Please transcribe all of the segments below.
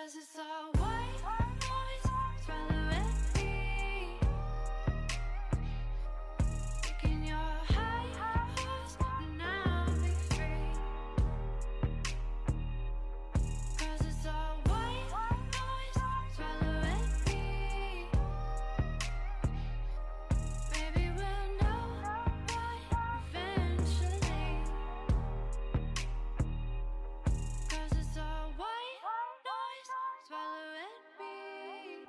'Cause it's all white noise swallowing me. Taking your high horse and I'll be free. 'Cause it's all white noise swallowing me. Maybe we'll know why eventually. 'Cause it's all white noise swallowing me.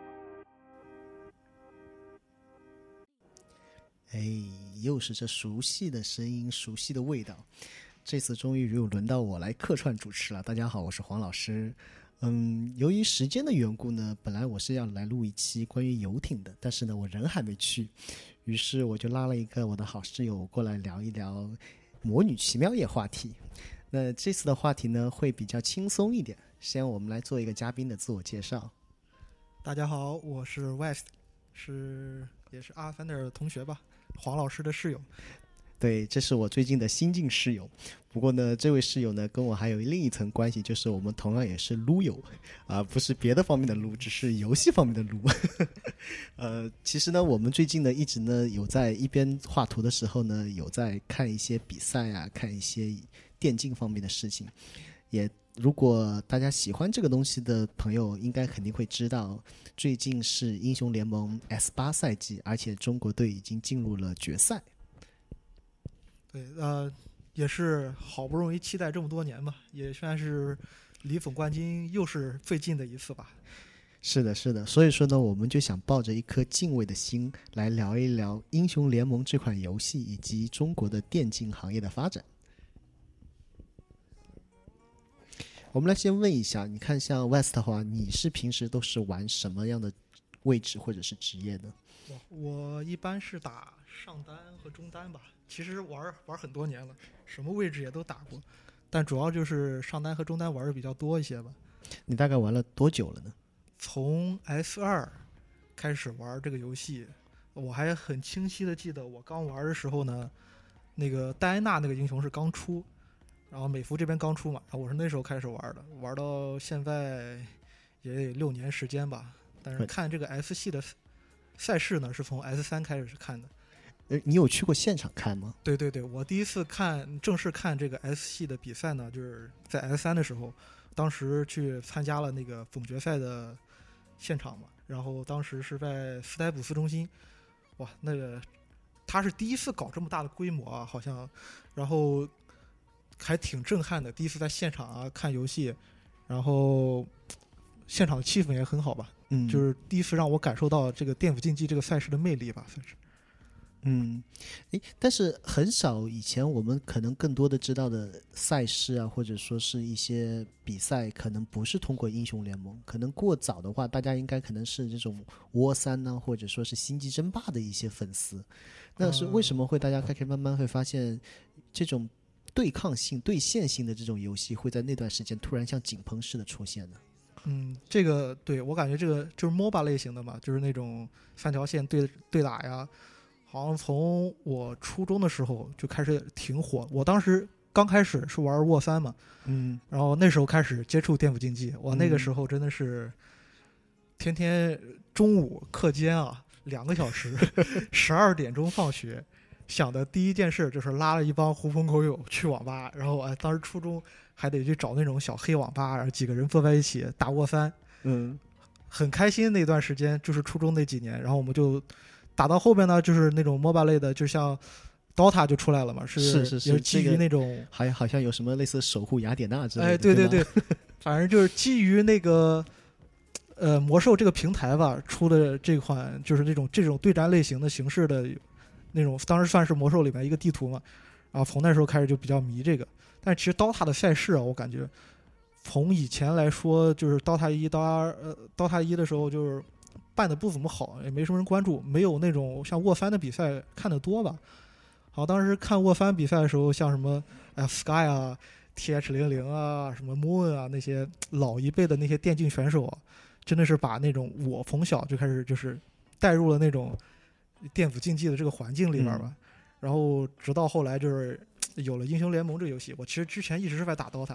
又是这熟悉的声音，熟悉的味道。这次终于又轮到我来客串主持了。大家好，我是黄老师。由于时间的缘故呢，本来我是要来录一期关于游艇的，但是呢，我人还没去，于是我就拉了一个我的好室友过来聊一聊魔女奇妙夜话题。那这次的话题呢，会比较轻松一点。先我们来做一个嘉宾的自我介绍。 大家好，我是 West， 也是阿凡的同学吧，黄老师的室友。 对，这是我最近的新晋室友。不过呢，这位室友呢，跟我还有另一层关系，就是我们同样也是撸友啊，不是别的方面的撸，只是游戏方面的撸。其实呢，我们最近呢，一直呢有在一边画图的时候呢，有在看一些比赛啊，看一些电竞方面的事情。也如果大家喜欢这个东西的朋友，应该肯定会知道，最近是英雄联盟 S8 赛季，而且中国队已经进入了决赛。 对，也是好不容易期待这么多年吧，也算是离总冠军又是最近的一次吧。 是的，是的，所以说呢，我们就想抱着一颗敬畏的心来聊一聊英雄联盟这款游戏以及中国的电竞行业的发展。我们来先问一下，你看像 West 的话，你是平时都是玩什么样的位置或者是职业呢？ 我一般是打上单和中单吧，其实玩很多年了，什么位置也都打过，但主要就是上单和中单玩的比较多一些吧。 你大概玩了多久了呢？ 从 S2 开始玩这个游戏，我还很清晰的记得我刚玩的时候呢，那个戴安娜那个英雄是刚出，然后美服这边刚出嘛，然后我是那时候开始玩的，玩到现在也有6年时间吧。但是看这个 S 系的赛事呢，是从 S3 开始看的。 你有去过现场看吗？ 对对对，我第一次正式看这个 S 系的比赛呢，就是在 S3 的时候，当时去参加了那个总决赛的现场嘛，然后当时是在斯台普斯中心，哇，那个他是第一次搞这么大的规模啊，好像，然后还挺震撼的，第一次在现场啊看游戏，然后现场的气氛也很好吧，就是第一次让我感受到这个电子竞技这个赛事的魅力吧，算是。 但是很少以前我们可能更多的知道的赛事啊，或者说是一些比赛，可能不是通过英雄联盟，可能过早的话，大家应该可能是这种窝三呢，或者说是星际争霸的一些粉丝。那是为什么会大家开始慢慢会发现这种对抗性、对线性的这种游戏会在那段时间突然像井喷似的出现呢？ 这个对我感觉这个就是 MOBA 类型的嘛，就是那种3条线对打呀，好像从我初中的时候就开始挺火。我当时刚开始是玩沃三嘛，然后那时候开始接触电子竞技，我那个时候真的是天天中午课间啊2个小时，12点钟放学，想的第一件事就是拉了一帮狐朋狗友去网吧，然后当时初中还得去找那种小黑网吧，然后几个人坐在一起打沃三，很开心那段时间，就是初中那几年，然后我们就打到后边呢，就是那种 MOBA 类的，就像 DOTA 就出来了嘛，是也是基于那种， 好像有什么类似守护雅典娜之类的， 对对对，反正就是基于那个魔兽这个平台吧出的这款，就是这种对战类型的形式的那种，当时算是魔兽里面一个地图嘛，然后从那时候开始就比较迷这个。但其实 DOTA 的赛事啊，我感觉从以前来说，就是 DOTA 1的时候就是办的不怎么好，也没什么人关注，没有那种像沃三的比赛看得多吧。好，当时看沃三比赛的时候，像什么Sky 啊、TH00啊、什么 Moon 啊，那些老一辈的那些电竞选手啊，真的是把那种我从小就开始就是带入了那种电子竞技的这个环境里边吧。然后直到后来就是有了英雄联盟这个游戏，我其实之前一直是在打 DOTA，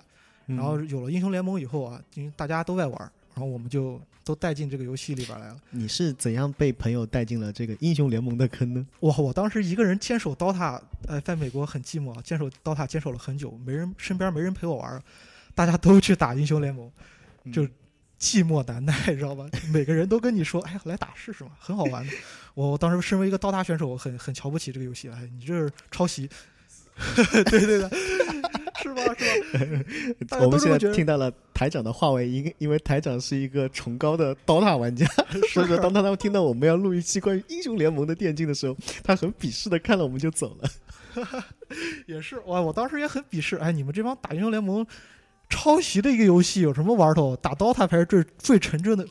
然后有了英雄联盟以后啊，因为大家都在玩，然后我们就都带进这个游戏里边来了。 你是怎样被朋友带进了这个英雄联盟的坑呢？ 哇，我当时一个人坚守 DOTA，在美国很寂寞，坚守 DOTA 坚守了很久，身边没人陪我玩，大家都去打英雄联盟，就寂寞难耐，知道吧？每个人都跟你说，哎呀，来打试试嘛，很好玩的。我当时身为一个 DOTA 选手，我很瞧不起这个游戏，哎，你这是抄袭。对对的，是吧？ 我们现在听到了台长的话外音，因为台长是一个崇高的 DOTA 玩家，所以说当他听到我们要录一期关于英雄联盟的电竞的时候，他很鄙视的看了我们就走了。 也是哇，我当时也很鄙视，哎，你们这帮打英雄联盟抄袭的一个游戏有什么玩头？打 DOTA 才是最纯正的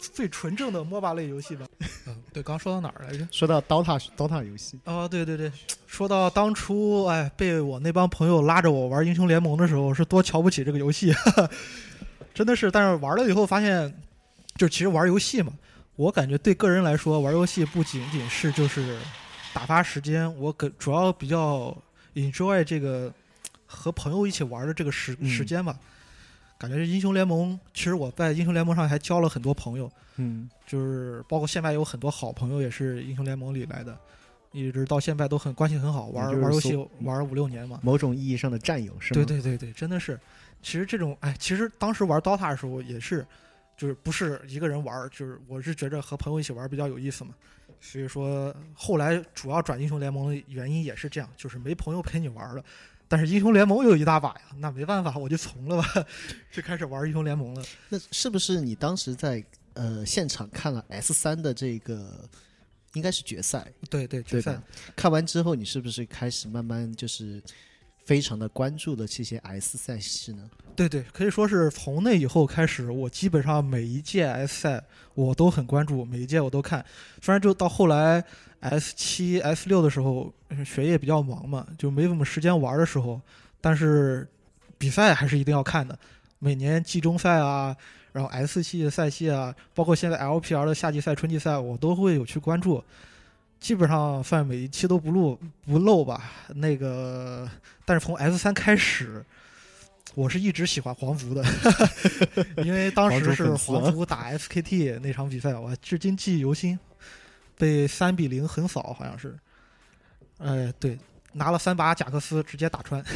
MOBA 类游戏吧？对，刚说到哪儿来着？ 说到 DOTA 游戏对对对，说到当初被我那帮朋友拉着我玩英雄联盟的时候，是多瞧不起这个游戏，真的是。但是玩了以后发现，就其实玩游戏嘛，我感觉对个人来说，玩游戏不仅仅是就是打发时间，我主要比较 enjoy 这个和朋友一起玩的这个时间吧。感觉英雄联盟，其实我在英雄联盟上还交了很多朋友，就是包括现在有很多好朋友也是英雄联盟里来的，一直到现在都关系很好，玩游戏玩5-6年嘛。 某种意义上的战友是吗？ 对对对对，真的是。其实这种其实当时玩 DOTA 的时候也是，就是不是一个人玩，就是我是觉着和朋友一起玩比较有意思嘛。所以说后来主要转英雄联盟的原因也是这样，就是没朋友陪你玩了。但是英雄联盟有一大把呀，那没办法，我就从了吧，就开始玩英雄联盟了。 那是不是你当时在现场看了 S3的这个应该是决赛？ 对对，决赛看完之后，你是不是开始慢慢就是非常的关注了这些 S 赛事呢？ 对对，可以说是从那以后开始，我基本上每一届 S 赛我都很关注，每一届我都看。虽然就到后来 S7、S6 的时候，学业比较忙嘛，就没怎么时间玩的时候，但是比赛还是一定要看的。每年季中赛啊，然后 S 系的赛系啊，包括现在 LPL 的夏季赛、春季赛，我都会有去关注。基本上算每一期都不漏吧。但是从 S3 开始，我是一直喜欢黄福的，因为当时是黄福打 SKT 那场比赛，我至今记忆犹新，被3-0横扫，好像是，对，拿了3把贾克斯直接打穿。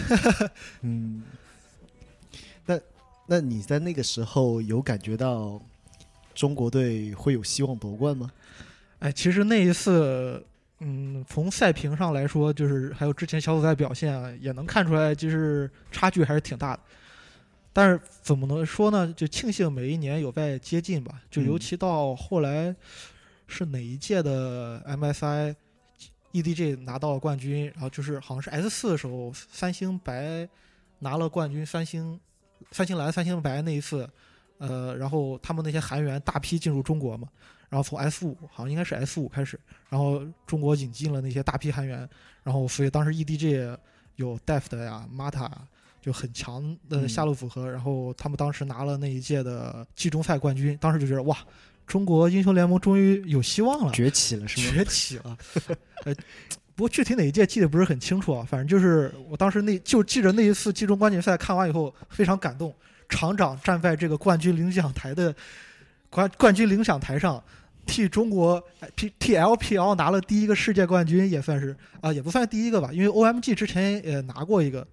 那你在那个时候有感觉到中国队会有希望夺冠吗？ 其实那一次，从赛评上来说，就是还有之前小组赛表现啊，也能看出来，就是差距还是挺大的。但是怎么能说呢？就庆幸每一年有在接近吧。就尤其到后来是哪一届的 MSI EDG 拿到了冠军，然后就是好像是 S4 的时候，三星白拿了冠军，三星蓝、三星白那一次，然后他们那些韩援大批进入中国嘛。然后从 S5 好像应该是 S5 开始，然后中国引进了那些大批韩援，然后所以当时 EDG 有 Deft 呀、Mata 呀，就很强的下路组合，然后他们当时拿了那一届的季中赛冠军，当时就觉得哇，中国英雄联盟终于有希望了， 崛起了是吗？ 崛起了。不过具体哪一届记得不是很清楚啊，反正就是我当时就记着那一次季中冠军赛看完以后非常感动，厂长站在这个冠军领奖台上。替中国替 LPL 拿了第一个世界冠军，也算是也不算第一个吧，因为 OMG 之前也拿过一个。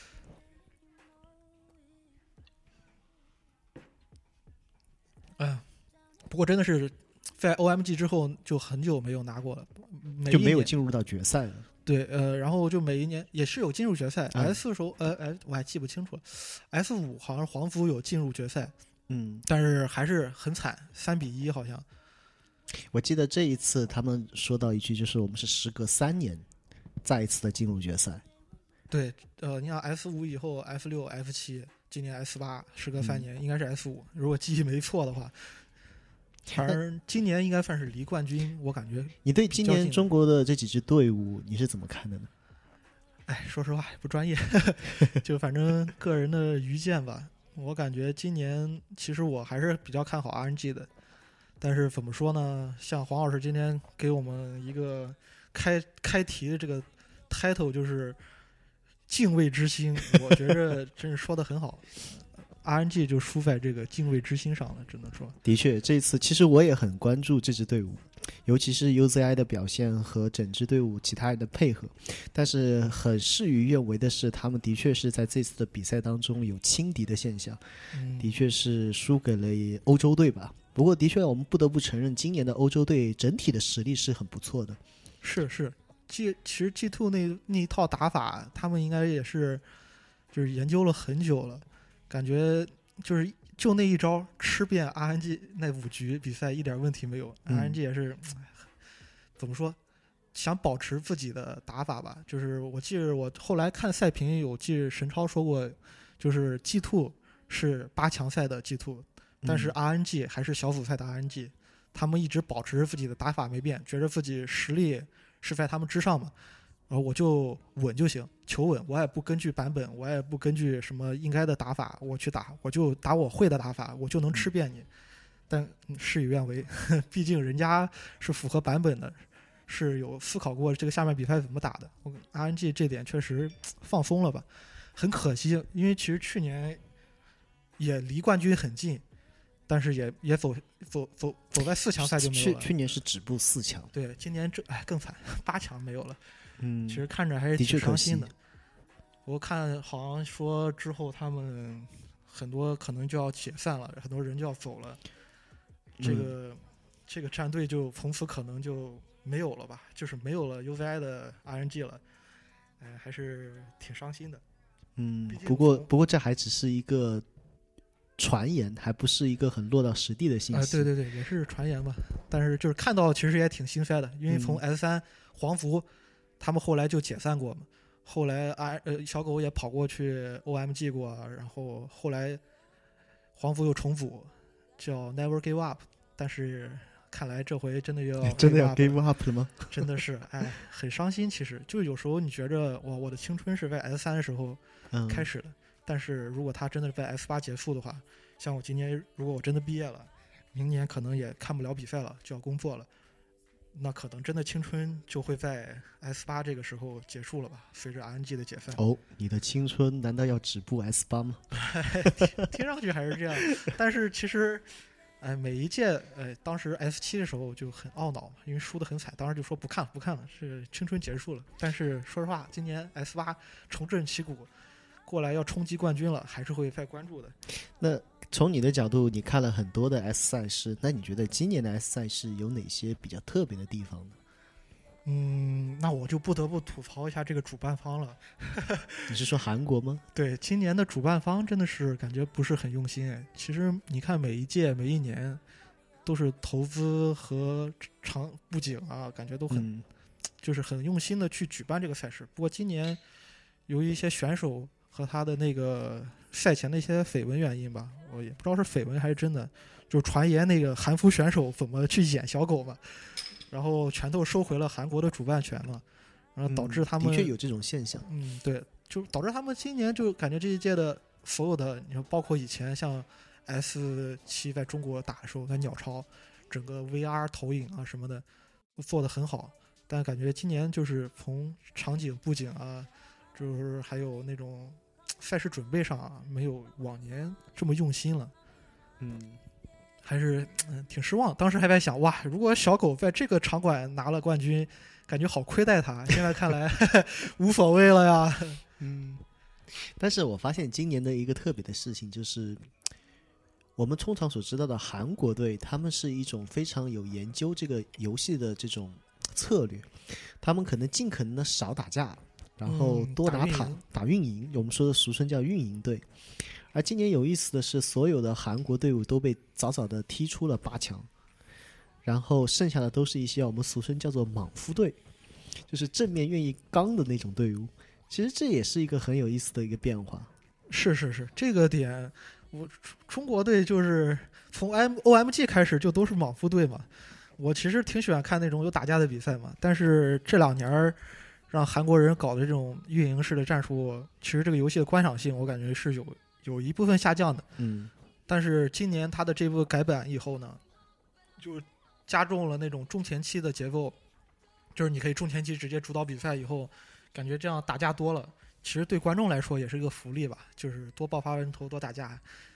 不过真的是在 OMG 之后就很久没有拿过了， 就没有进入到决赛了。 对，然后就每一年也是有进入决赛。S4 时候，我还记不清楚了。S5 好像黄福有进入决赛，但是还是很惨，3-1好像。 我记得这一次他们说到一句，就是我们是时隔3年再一次的进入决赛。 对，你想 S5 以后 F6、F7，今年 S8，时隔3年，应该是 S5，如果记忆没错的话。反正今年应该算是离冠军，我感觉。 你对今年中国的这几支队伍你是怎么看的呢？ 说实话不专业，就反正个人的愚见吧。我感觉今年其实我还是比较看好 RNG 的。但是怎么说呢？像黄老师今天给我们一个开题的这个 title 就是敬畏之心，我觉着真是说的很好。 RNG 就输在这个敬畏之心上了，只能说。 的确，这次其实我也很关注这支队伍，尤其是 UZI 的表现和整支队伍其他人的配合。但是很事与愿违的是，他们的确是在这次的比赛当中有轻敌的现象，的确是输给了欧洲队吧。不过的确，我们不得不承认，今年的欧洲队整体的实力是很不错的。 是，其实 G2 那一套打法，他们应该也是就是研究了很久了，感觉就那一招吃遍 RNG 那5局比赛一点问题没有。RNG 也是怎么说，想保持自己的打法吧。就是我记得我后来看赛评有记得神超说过，就是 G2 是8强赛的 G2， 但是 RNG 还是小组赛的 RNG， 他们一直保持自己的打法没变，觉得自己实力是在他们之上嘛。然后我就稳就行，求稳，我也不根据版本，我也不根据什么应该的打法我去打，我就打我会的打法，我就能吃遍你。但事与愿违，毕竟人家是符合版本的，是有思考过这个下面比赛怎么打的。RNG 这点确实放松了吧，很可惜，因为其实去年也离冠军很近，但是也走在4强赛就没有了。 去年是止步4强， 对，今年更惨，8强没有了。其实看着还是的确挺伤心的。 我看好像说之后他们很多可能就要解散了，很多人就要走了，这个战队就从此可能就没有了吧，就是没有了 UZI 的 RNG 了，还是挺伤心的。 不过这还只是一个传言，还不是一个很落到实地的信息。 对，也是传言吧。但是就是看到其实也挺心塞的，因为从 S3 黄服他们后来就解散过嘛，后来小狗也跑过去 OMG 过，然后后来黄服又重组叫 Never Give Up， 但是看来这回真的要 give up 了吗？ 真的是很伤心。其实就有时候你觉着哇，我的青春是在 S3 的时候开始的，但是如果他真的在 S8 结束的话，像我今年如果我真的毕业了，明年可能也看不了比赛了，就要工作了，那可能真的青春就会在 S8 这个时候结束了吧，随着 RNG 的解散。 你的青春难道要止步 S8 吗？ 听上去还是这样，但是其实每一届当时 S7 的时候就很懊恼嘛，因为输得很惨，当时就说不看了，是青春结束了。但是说实话，今年 S8 重振旗鼓过来要冲击冠军了，还是会再关注的。 那从你的角度，你看了很多的 S 赛事，那你觉得今年的 S 赛事有哪些比较特别的地方呢？ 那我就不得不吐槽一下这个主办方了。 你是说韩国吗？ 对，今年的主办方真的是感觉不是很用心。其实你看每一届每一年都是投资和布景啊，感觉都就是很用心的去举办这个赛事。不过今年由于一些选手和他的那个赛前的一些绯闻原因吧，我也不知道是绯闻还是真的，就是传言那个韩服选手怎么去演小狗嘛，然后全都收回了韩国的主办权嘛，然后导致他们的确有这种现象。 对，就导致他们今年就感觉这一届的所有的，你说包括以前像 S7 在中国打的时候，在鸟巢整个 VR 投影啊什么的做得很好，但感觉今年就是从场景布景啊，就是还有那种赛事准备上啊，没有往年这么用心了。还是挺失望。当时还在想，哇，如果小狗在这个场馆拿了冠军，感觉好亏待他。现在看来无所谓了呀。 但是我发现今年的一个特别的事情就是，我们通常所知道的韩国队，他们是一种非常有研究这个游戏的这种策略，他们可能尽可能的少打架，然后多拿塔打运营，我们说的俗称叫运营队。而今年有意思的是，所有的韩国队伍都被早早的踢出了8强，然后剩下的都是一些我们俗称叫做莽夫队，就是正面愿意刚的那种队伍。其实这也是一个很有意思的一个变化。 是，这个点，中国队就是从 OMG 开始就都是莽夫队嘛。我其实挺喜欢看那种有打架的比赛嘛，但是这2年让韩国人搞的这种运营式的战术，其实这个游戏的观赏性我感觉是有一部分下降的。但是今年他的这部改版以后呢，就加重了那种中前期的结构，就是你可以中前期直接主导比赛，以后感觉这样打架多了，其实对观众来说也是一个福利吧，就是多爆发人头多打架，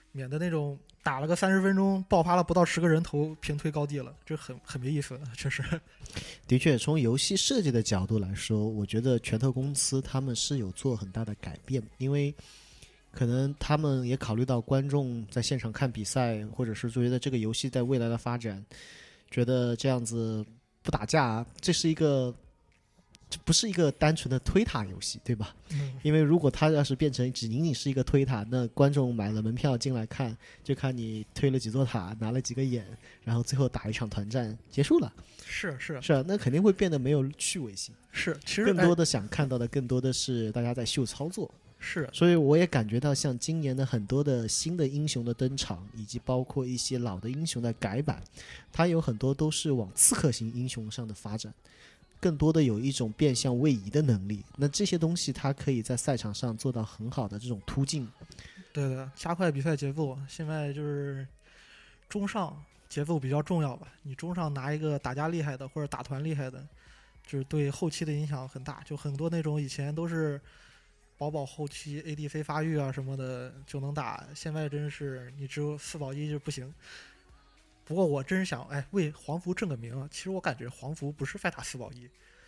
免得那种打了个30分钟爆发了不到10个人头平推高地了，这很没意思，确实。 的确，从游戏设计的角度来说，我觉得拳头公司他们是有做很大的改变，因为可能他们也考虑到观众在现场看比赛，或者是觉得这个游戏在未来的发展，觉得这样子不打架，这不是一个单纯的推塔游戏，对吧？因为如果它要是变成只仅仅是一个推塔，那观众买了门票进来看，就看你推了几座塔，拿了几个眼，然后最后打一场团战结束了。 是啊，那肯定会变得没有趣味性。 是，其实更多的想看到的，更多的是大家在秀操作。 是， 所以我也感觉到，像今年的很多的新的英雄的登场，以及包括一些老的英雄的改版，它有很多都是往刺客型英雄上的发展。更多的有一种变相位移的能力，那这些东西它可以在赛场上做到很好的这种突进。 对的，加快比赛节奏。现在就是中上节奏比较重要吧，你中上拿一个打架厉害的或者打团厉害的，就是对后期的影响很大。就很多那种以前都是保后期 ADC 发育啊什么的就能打，现在真是你只有4保1就不行。不过我真是想，为黄服正个名啊！其实我感觉黄服不是在打4保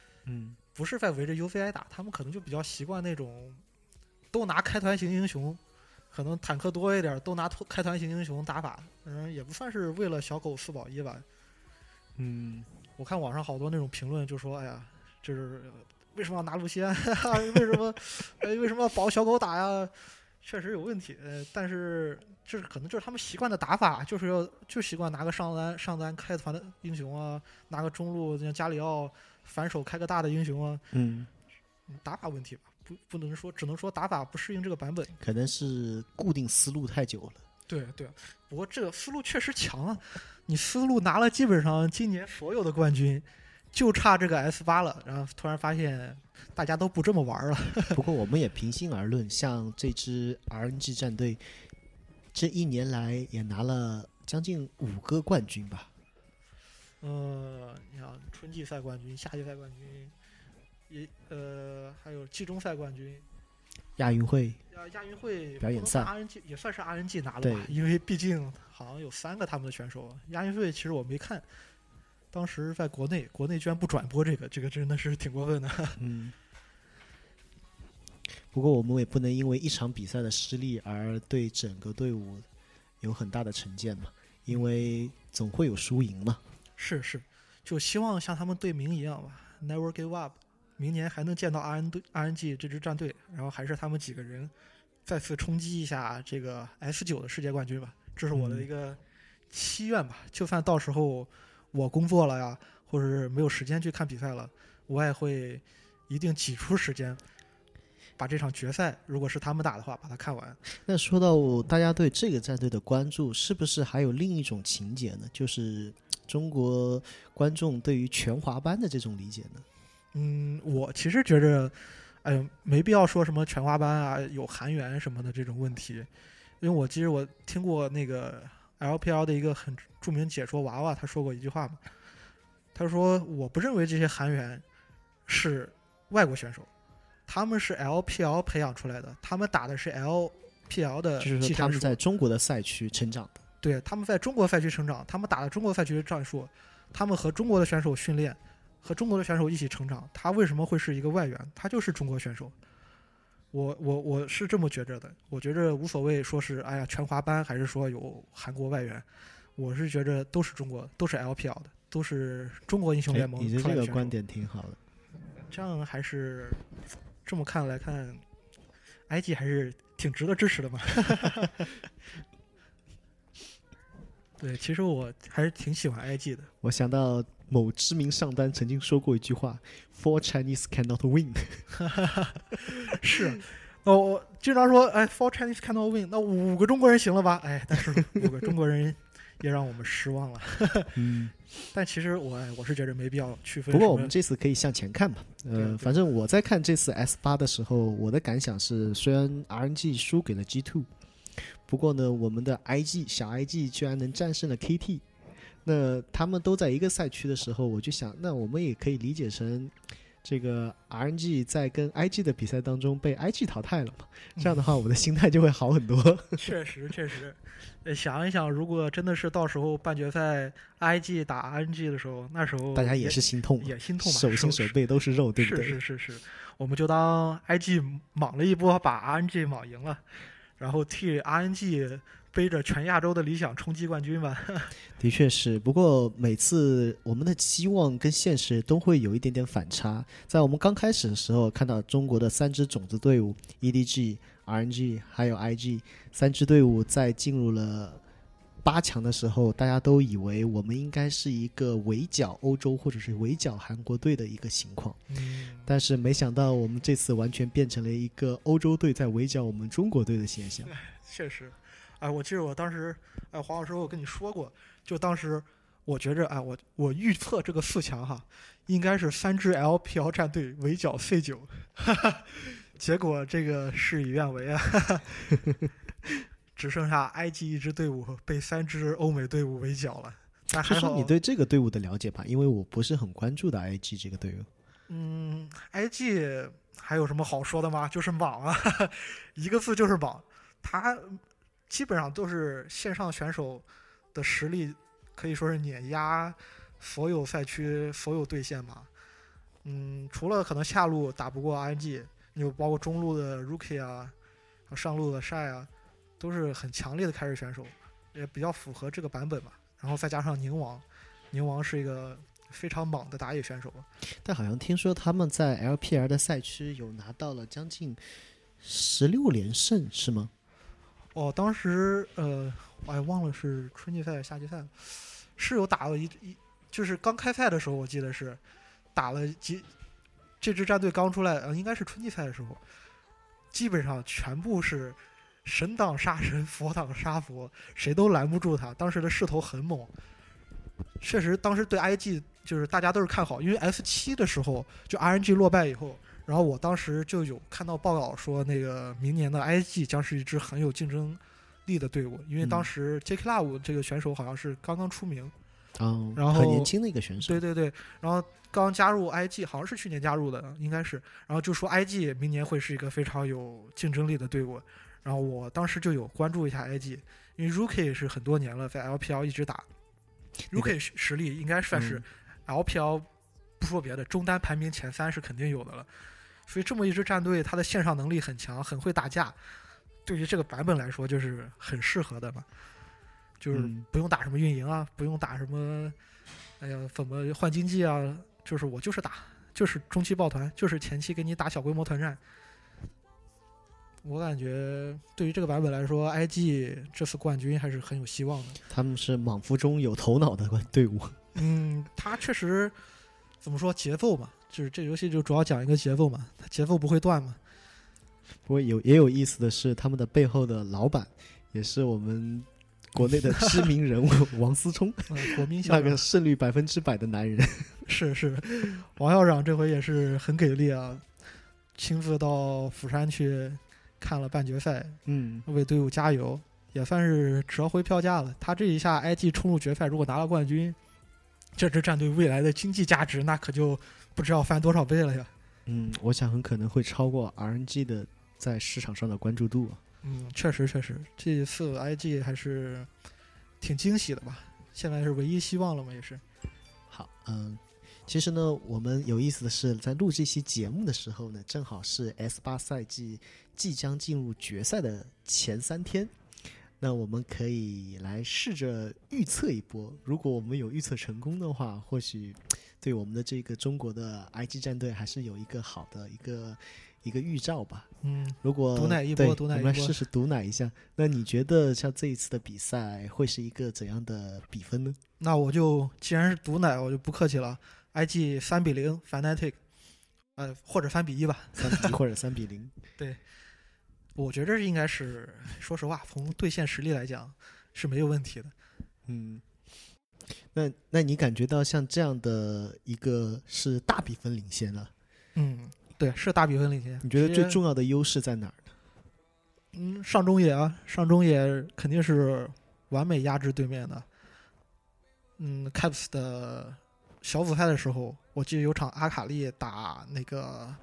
1，不是在围着 UCI 打，他们可能就比较习惯那种都拿开团型英雄，可能坦克多一点，都拿开团型英雄打法，也不算是为了小狗4保1吧。我看网上好多那种评论就说，哎呀，就是为什么要拿露西安？为什么要保小狗打呀？确实有问题，但是这可能就是他们习惯的打法，就习惯拿个上单开团的英雄啊，拿个中路像加里奥反手开个大的英雄啊，打法问题吧，不能说，只能说打法不适应这个版本， 可能是固定思路太久了。 对，不过这个思路确实强啊，你思路拿了基本上今年所有的冠军。就差这个 S8了，然后突然发现大家都不这么玩了。 不过我们也平心而论，像这支 RNG 战队，这1年来也拿了将近5个冠军吧。 你看春季赛冠军、夏季赛冠军，还有季中赛冠军、 亚运会、表演赛 ，RNG 也算是 RNG 拿了吧？因为毕竟好像有3个他们的选手。亚运会其实我没看。当时在国内居然不转播这个真的是挺过分的。 不过我们也不能因为一场比赛的失利而对整个队伍有很大的成见嘛，因为总会有输赢嘛。 是，就希望像他们队名一样吧 ，Never give up， 明年还能见到 RNG 这支战队，然后还是他们几个人再次冲击一下这个 S9 的世界冠军吧，这是我的一个期愿吧。就算到时候我工作了呀，或者是没有时间去看比赛了，我也会一定挤出时间把这场决赛，如果是他们打的话，把它看完。 那说到大家对这个战队的关注，是不是还有另一种情节呢？就是中国观众对于全华班的这种理解呢？ 我其实觉着，没必要说什么全华班啊，有韩援什么的这种问题，因为我其实我听过那个 LPL 的一个很著名解说娃娃，他说过一句话嘛，他说我不认为这些韩援是外国选手，他们是 LPL 培养出来的，他们打的是 LPL 的技战术， 就是说他们在中国的赛区成长的。 对，他们在中国赛区成长，他们打的中国赛区的战术，他们和中国的选手训练，和中国的选手一起成长，他为什么会是一个外援？他就是中国选手。我是这么觉着的，我觉着无所谓说是全华班还是说有韩国外援，我是觉着都是中国，都是 LPL 的，都是中国英雄联盟出来的选手。 你的这个观点挺好的， 这样还是这么看来看 ，IG 还是挺值得支持的嘛。对，其实我还是挺喜欢 IG 的。 我想到某知名上单曾经说过一句话 ：“For Chinese cannot win。” 是，我经常说，“For Chinese cannot win”，那5个中国人行了吧？但是5个中国人也让我们失望了。但其实我是觉得没必要区分。 不过我们这次可以向前看嘛。反正我在看这次 S8的时候，我的感想是，虽然 RNG 输给了 G2。不过呢，我们的 小 IG 居然能战胜了 KT， 那他们都在一个赛区的时候，我就想，那我们也可以理解成这个 RNG 在跟 IG 的比赛当中被 IG 淘汰了嘛，这样的话我的心态就会好很多。 确实确实，想一想，如果真的是到时候半决赛 IG 打 RNG 的时候，那时候大家也是心痛嘛， 也心痛嘛， 手心手背都是肉，对不对？ 是，我们就当 IG 莽了一波，把 RNG 莽赢了，然后替 RNG 背着全亚洲的理想冲击冠军吧。 的确是，不过每次我们的期望跟现实都会有一点点反差。在我们刚开始的时候，看到中国的3支种子队伍 EDG、RNG 还有 IG 3支队伍在进入了8强的时候，大家都以为我们应该是一个围剿欧洲或者是围剿韩国队的一个情况，但是没想到我们这次完全变成了一个欧洲队在围剿我们中国队的现象。 确实，我记得我当时，黄老师我跟你说过，就当时我觉着，我预测这个4强哈，应该是3支 LPL 战队围剿 C9， 结果这个事与愿违啊。只剩下 IG 一支队伍被3支欧美队伍围剿了。但还好， 说说你对这个队伍的了解吧，因为我不是很关注的 IG 这个队伍。 IG 还有什么好说的吗？就是莽啊，一个字就是莽。他基本上都是线上选手的实力，可以说是碾压所有赛区所有队线嘛。除了可能下路打不过 RNG， 有包括中路的 Rookie 啊，上路的 Shy 啊。都是很强烈的开始选手，也比较符合这个版本吧。然后再加上宁王是一个非常莽的打野选手。 但好像听说他们在 LPL 的赛区有拿到了将近16连胜，是吗？ 当时我还忘了是春季赛还是夏季赛了，是有打了就是刚开赛的时候，我记得是打了这支战队刚出来，应该是春季赛的时候，基本上全部是神挡杀神，佛挡杀佛，谁都拦不住他。当时的势头很猛，确实，当时对 IG 就是大家都是看好，因为 F7的时候就 RNG 落败以后，然后我当时就有看到报道说，那个明年的 IG 将是一支很有竞争力的队伍，因为当时 JK Love 这个选手好像是刚刚出名，然后很年轻的一个选手， 对，然后刚加入 IG， 好像是去年加入的，应该是，然后就说 IG 明年会是一个非常有竞争力的队伍。然后我当时就有关注一下 IG， 因为 Rookie 是很多年了，在 LPL 一直打，Rookie 实力应该算是 LPL 不说别的，中单排名前3是肯定有的了。所以这么一支战队，它的线上能力很强，很会打架，对于这个版本来说就是很适合的嘛。就是不用打什么运营啊，不用打什么，怎么换经济啊，就是我就是打，就是中期抱团，就是前期给你打小规模团战。我感觉对于这个版本来说 ，IG 这次冠军还是很有希望的。 他们是莽夫中有头脑的队伍。 他确实怎么说节奏嘛，就是这游戏就主要讲一个节奏嘛，它节奏不会断嘛。 不过也有意思的是，他们的背后的老板也是我们国内的知名人物王思聪， 国民校长， 那个胜率100%的男人。 是，王校长这回也是很给力啊，亲自到釜山去看了半决赛，为队伍加油，也算是折回票价了。他这一下 IG 冲入决赛，如果拿了冠军，这支战队未来的经济价值那可就不知道翻多少倍了呀。 我想很可能会超过 RNG 的在市场上的关注度啊。 确实，这一次 IG 还是挺惊喜的吧？现在是唯一希望了嘛，也是。 好，其实呢，我们有意思的是，在录这期节目的时候呢，正好是 S8 赛季即将进入决赛的前3天。那我们可以来试着预测一波，如果我们有预测成功的话，或许对我们的这个中国的 IG 战队还是有一个好的一个预兆吧。如果毒奶一波， 我们来试试毒奶一下。那你觉得像这一次的比赛会是一个怎样的比分呢？ 那我就既然是毒奶，我就不客气了。IG 3-0 Fnatic， 或者3-1吧 ，3-1或者3-0。 对，我觉得应该是，说实话，从对线实力来讲是没有问题的。 那你感觉到像这样的一个是大比分领先了？ 对，是大比分领先。 你觉得最重要的优势在哪儿呢？上中野啊，上中野肯定是完美压制对面的。Caps 的小组赛的时候，我记得有场阿卡丽打那个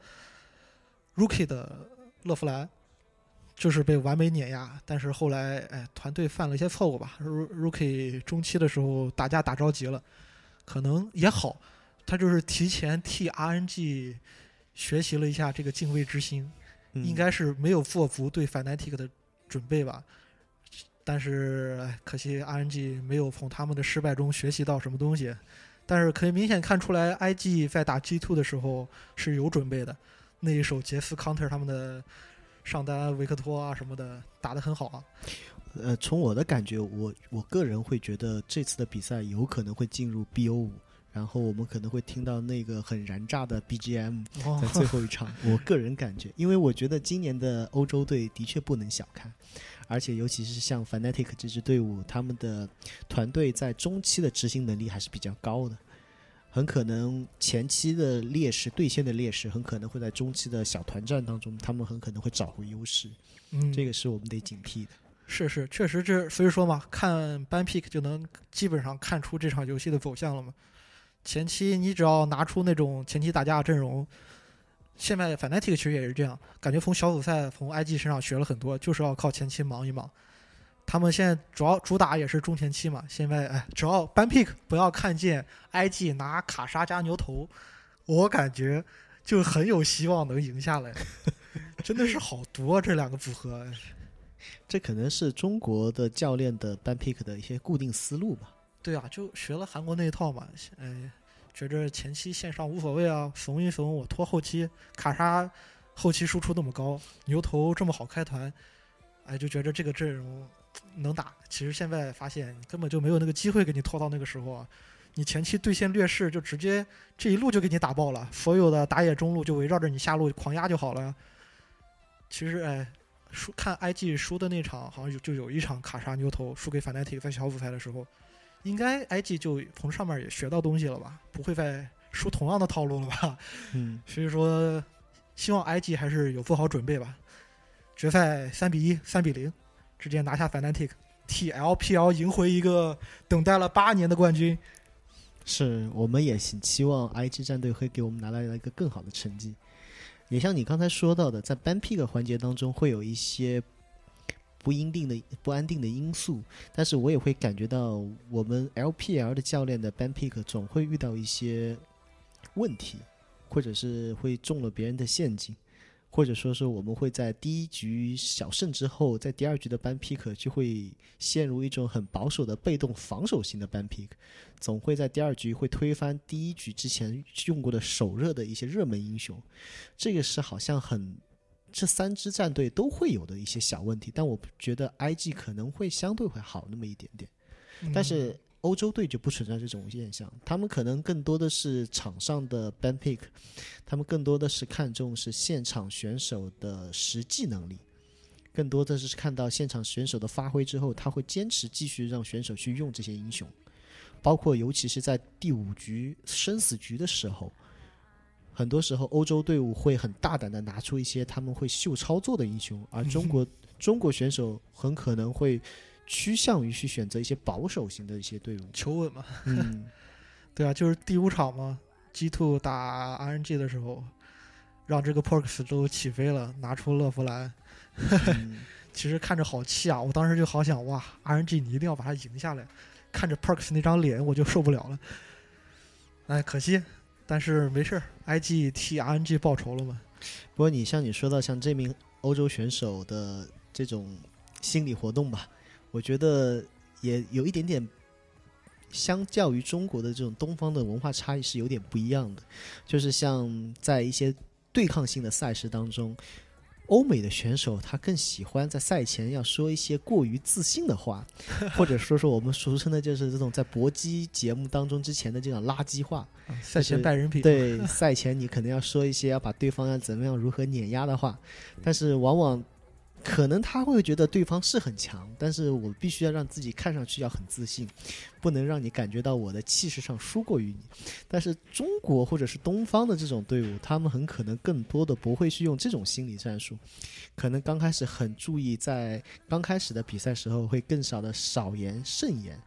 Rookie 的勒弗兰，就是被完美碾压，但是后来团队犯了一些错误吧。Rookie 中期的时候打架打着急了，可能也好，他就是提前替 RNG 学习了一下这个敬畏之心，应该是没有做足对 Fnatic 的准备吧。但是可惜 RNG 没有从他们的失败中学习到什么东西。但是可以明显看出来 IG 在打 G2 的时候是有准备的，那一手杰斯 counter 他们的上单维克托啊什么的打得很好啊。 从我的感觉，我个人会觉得这次的比赛有可能会进入 BO5，然后我们可能会听到那个很燃炸的 BGM 在最后一场。我个人感觉，因为我觉得今年的欧洲队的确不能小看，而且尤其是像 Fnatic 这支队伍，他们的团队在中期的执行能力还是比较高的。很可能前期的劣势，对线的劣势，很可能会在中期的小团战当中，他们很可能会找回优势。这个是我们得警惕的。 是，确实这所以说嘛，看 Ban-Pick 就能基本上看出这场游戏的走向了嘛。前期你只要拿出那种前期打架的阵容，现在 Fnatic 其实也是这样，感觉从小组赛从 IG 身上学了很多，就是要靠前期忙一忙。他们现在主打也是中前期嘛，现在只要 Ban-Pick 不要看见 IG 拿卡莎加牛头，我感觉就很有希望能赢下来。真的是好毒啊，这两个组合。 这可能是中国的教练的 Ban-Pick 的一些固定思路吧。 对啊，就学了韩国那一套嘛。觉着前期线上无所谓啊，怂一怂我拖后期，卡莎后期输出那么高，牛头这么好开团，就觉着这个阵容能打。其实现在发现根本就没有那个机会给你拖到那个时候啊，你前期对线劣势就直接这一路就给你打爆了，所有的打野中路就围绕着你下路狂压就好了。其实看 IG 输的那场好像就有一场卡莎牛头输给 Fnatic 在小组赛的时候，应该 IG 就从上面也学到东西了吧，不会再输同样的套路了吧。所以说希望 IG 还是有做好准备吧。决赛3-1 3-0直接拿下 Fnatic， 替 LPL 赢回一个等待了8年的冠军。 是，我们也期望 IG 战队会给我们拿来一个更好的成绩。也像你刚才说到的，在 Ban-Pick 环节当中会有一些不安定的因素，但是我也会感觉到我们 LPL 的教练的 Ban-Pick 总会遇到一些问题，或者是会中了别人的陷阱，或者说是我们会在第一局小胜之后，在第二局的 Ban-Pick 就会陷入一种很保守的被动防守型的 Ban-Pick， 总会在第二局会推翻第一局之前用过的首热的一些热门英雄。这个是好像这3支战队都会有的一些小问题，但我觉得 IG 可能会相对会好那么一点点。但是欧洲队就不存在这种现象，他们可能更多的是场上的 Ban-Pick， 他们更多的是看重是现场选手的实际能力，更多的是看到现场选手的发挥之后，他会坚持继续让选手去用这些英雄，包括尤其是在第5局生死局的时候，很多时候欧洲队伍会很大胆的拿出一些他们会秀操作的英雄，而中国选手很可能会趋向于去选择一些保守型的一些队伍， 求稳嘛。对啊，就是第5场嘛 ，G2 打 RNG 的时候，让这个 Perkz 都起飞了，拿出勒弗兰。其实看着好气啊，我当时就好想，哇 ，RNG 你一定要把它赢下来。看着 Perkz 那张脸我就受不了了。可惜，但是没事 ，IG 替 RNG 报仇了嘛。 不过你说到像这名欧洲选手的这种心理活动吧，我觉得也有一点点相较于中国的这种东方的文化差异是有点不一样的。就是像在一些对抗性的赛事当中，欧美的选手他更喜欢在赛前要说一些过于自信的话，或者说我们俗称的就是这种在搏击节目当中之前的这种垃圾话， 赛前带人品。 对，赛前你可能要说一些要把对方要怎么样如何碾压的话，但是往往可能他会觉得对方是很强，但是我必须要让自己看上去要很自信，不能让你感觉到我的气势上输过于你。但是中国或者是东方的这种队伍，他们很可能更多的不会去用这种心理战术，可能刚开始很注意，在刚开始的比赛时候会更少的少言慎言，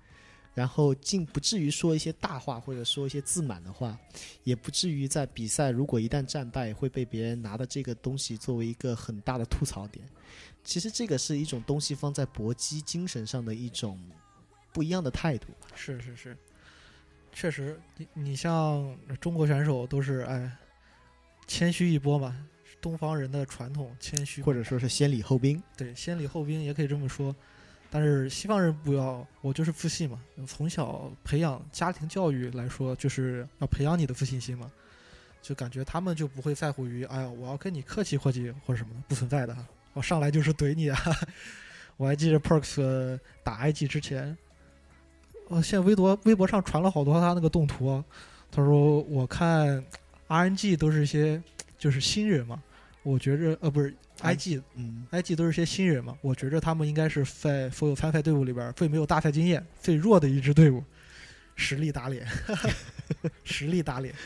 然后竟不至于说一些大话或者说一些自满的话，也不至于在比赛如果一旦战败会被别人拿的这个东西作为一个很大的吐槽点。其实这个是一种东西方在搏击精神上的一种不一样的态度。 是，确实，你像中国选手都是谦虚一波嘛，东方人的传统谦虚， 或者说是先礼后兵。 对，先礼后兵也可以这么说。但是西方人不要，我就是自信嘛，从小培养家庭教育来说，就是要培养你的自信心嘛，就感觉他们就不会在乎于，哎呀，我要跟你客气客气或者什么的，不存在的哈，我上来就是怼你啊。我还记得 Perks 打 IG 之前，现在微博上传了好多他那个动图啊，他说我看 RNG 都是一些就是新人嘛，我觉着不是 IG 都是些新人嘛，我觉着他们应该是在所有参赛队伍里边最没有大赛经验、最弱的一支队伍，实力打脸，实力打脸。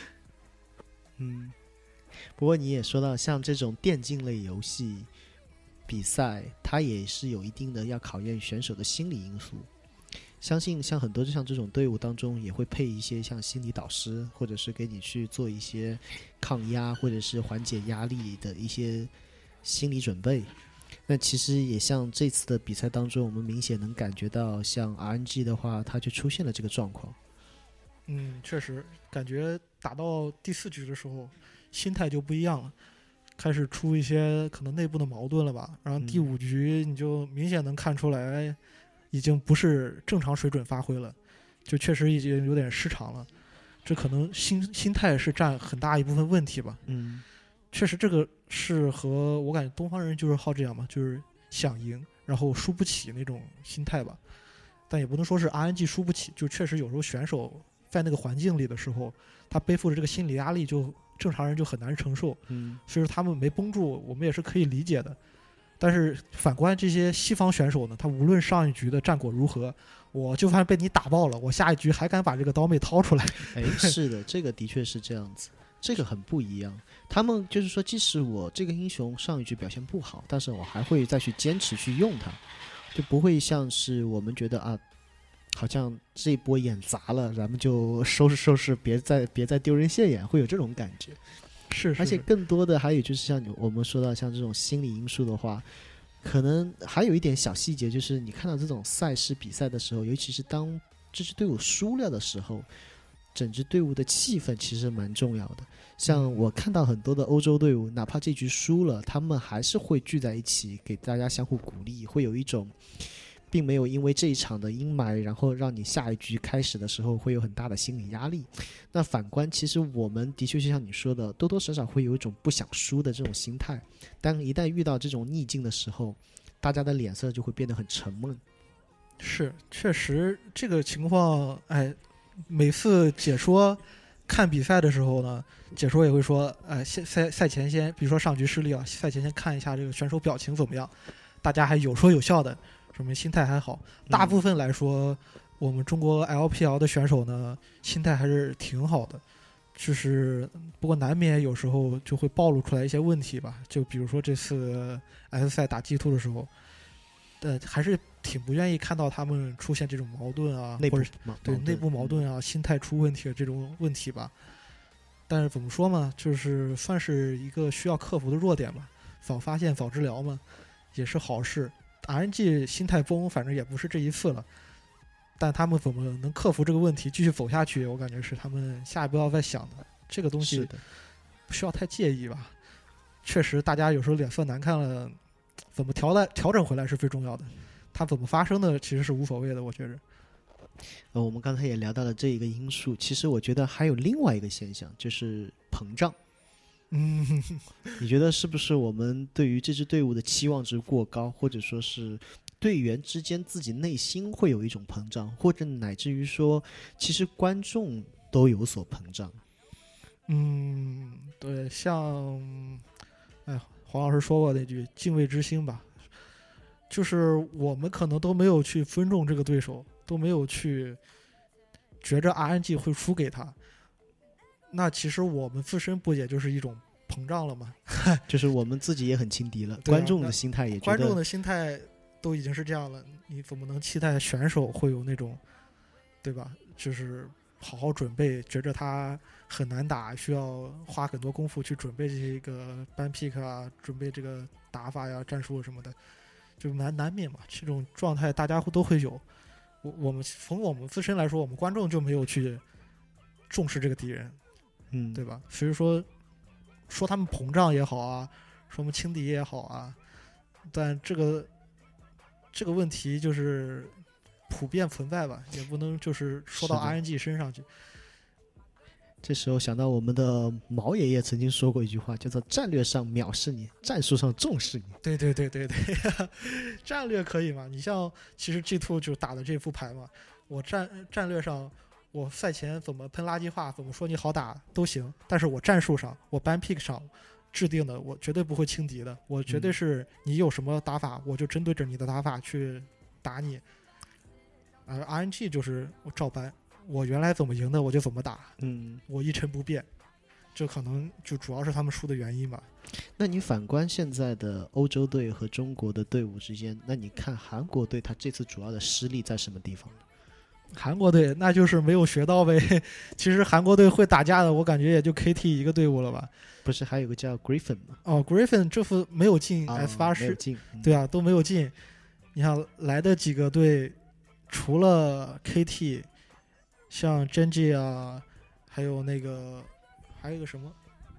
不过你也说到，像这种电竞类游戏比赛，它也是有一定的要考验选手的心理因素。相信像很多像这种队伍当中，也会配一些像心理导师，或者是给你去做一些抗压或者是缓解压力的一些心理准备。那其实也像这次的比赛当中，我们明显能感觉到，像 RNG 的话，它就出现了这个状况。 确实感觉打到第4局的时候，心态就不一样了，开始出一些可能内部的矛盾了吧。然后第5局你就明显能看出来，已经不是正常水准发挥了，就确实已经有点失常了。这可能心态是占很大一部分问题吧。确实这个是和我感觉东方人就是好这样嘛，就是想赢，然后输不起那种心态吧。但也不能说是 RNG 输不起，就确实有时候选手在那个环境里的时候，他背负着这个心理压力，就正常人就很难承受。所以说他们没绷住，我们也是可以理解的。但是反观这些西方选手呢，他无论上一局的战果如何，我就算被你打爆了，我下一局还敢把这个刀妹掏出来。 是的，这个的确是这样子，这个很不一样。他们就是说，即使我这个英雄上一局表现不好，但是我还会再去坚持去用它，就不会像是我们觉得啊，好像这一波眼砸了，咱们就收拾，别再丢人现眼，会有这种感觉。 是， 而且更多的还有就是像我们说到像这种心理因素的话，可能还有一点小细节，就是你看到这种赛事比赛的时候，尤其是当这支队伍输了的时候，整支队伍的气氛其实蛮重要的。像我看到很多的欧洲队伍，哪怕这局输了，他们还是会聚在一起给大家相互鼓励，会有一种并没有因为这一场的阴霾，然后让你下一局开始的时候会有很大的心理压力。那反观其实我们的确就像你说的，多多少少会有一种不想输的这种心态，但一旦遇到这种逆境的时候，大家的脸色就会变得很沉闷。 是，确实这个情况，每次解说看比赛的时候呢，解说也会说，赛前先，比如说上局失利啊，赛前先看一下这个选手表情怎么样，大家还有说有笑的，说明心态还好。大部分来说，我们中国 LPL 的选手呢，心态还是挺好的，就是不过难免有时候就会暴露出来一些问题吧。就比如说这次 S 赛打 G2 的时候，还是挺不愿意看到他们出现这种矛盾啊，或者对内部矛盾啊，心态出问题的这种问题吧。但是怎么说嘛，就是算是一个需要克服的弱点吧，早发现早治疗嘛，也是好事。RNG 心态崩，反正也不是这一次了，但他们怎么能克服这个问题，继续走下去，我感觉是他们下一步要在想的。这个东西不需要太介意吧。确实，大家有时候脸色难看了，怎么调整回来是最重要的。它怎么发生的其实是无所谓的，我觉着。 我们刚才也聊到了这一个因素，其实我觉得还有另外一个现象，就是膨胀。你觉得是不是我们对于这支队伍的期望值过高，或者说是队员之间自己内心会有一种膨胀，或者乃至于说其实观众都有所膨胀？ 对，像黄老师说过那句敬畏之心吧，就是我们可能都没有去尊重这个对手，都没有去觉着 RNG 会输给他，那其实我们自身不也就是一种膨胀了吗？ 就是我们自己也很轻敌了，观众的心态也觉得， 观众的心态都已经是这样了，你怎么能期待选手会有那种对吧？就是好好准备，觉着它很难打，需要花很多功夫去准备这个班 pick 啊，准备这个打法呀、战术什么的，就难免嘛。这种状态大家都会有。我们从我们自身来说，我们观众就没有去重视这个敌人，对吧？所以说他们膨胀也好啊，说我们轻敌也好啊，但这个问题就是普遍存在吧，也不能就是说到是的 RNG 身上去。 这时候想到我们的毛爷爷曾经说过一句话，叫做战略上藐视你，战术上重视你。 对，战略可以嘛？你像其实 G2 就打的这副牌嘛，我战略上，我赛前怎么喷垃圾话，怎么说你好打都行，但是我战术上，我ban pick 上制定的，我绝对不会轻敌的，我绝对是你有什么打法，我就针对着你的打法去打你。而 RNG 就是我照搬，我原来怎么赢的我就怎么打，我一成不变。这可能就主要是他们输的原因吧。 那你反观现在的欧洲队和中国的队伍之间，那你看韩国队他这次主要的失利在什么地方呢？ 韩国队那就是没有学到呗。其实韩国队会打架的，我感觉也就 KT 一个队伍了吧。 不是还有个叫 Griffin 吗？ 哦 Griffin 这副没有进 S8 没有进， 对啊，都没有进。你看来的几个队，除了 KT， 像 Genji 啊，还有那个还有一个什么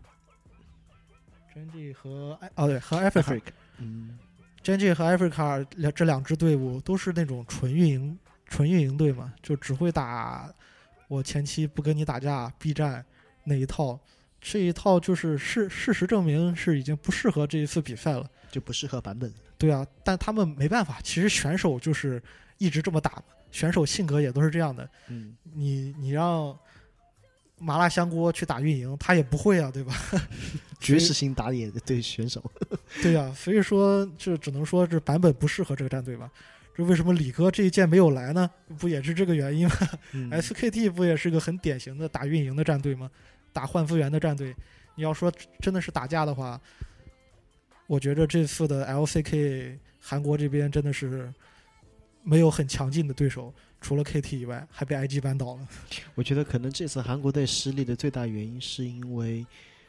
Genji 和和 Africa， Genji 和 Africa 这两支队伍都是那种纯运营队嘛，就只会打我前期不跟你打架 B 站那一套。这一套就是事实证明是已经不适合这一次比赛了， 就不适合版本。 对啊，但他们没办法，其实选手就是一直这么打嘛，选手性格也都是这样的。你让麻辣香锅去打运营，他也不会啊，对吧？ 绝食型打野的对选手。 对啊，所以说这只能说这版本不适合这个战队吧。这为什么李哥这一届没有来呢？不也是这个原因吗？SKT 不也是个很典型的打运营的战队吗？打换资源的战队。你要说真的是打架的话，我觉得这次的 LCK 韩国这边真的是没有很强劲的对手，除了 KT 以外，还被 IG 扳倒了。 我觉得可能这次韩国队失利的最大原因是因为，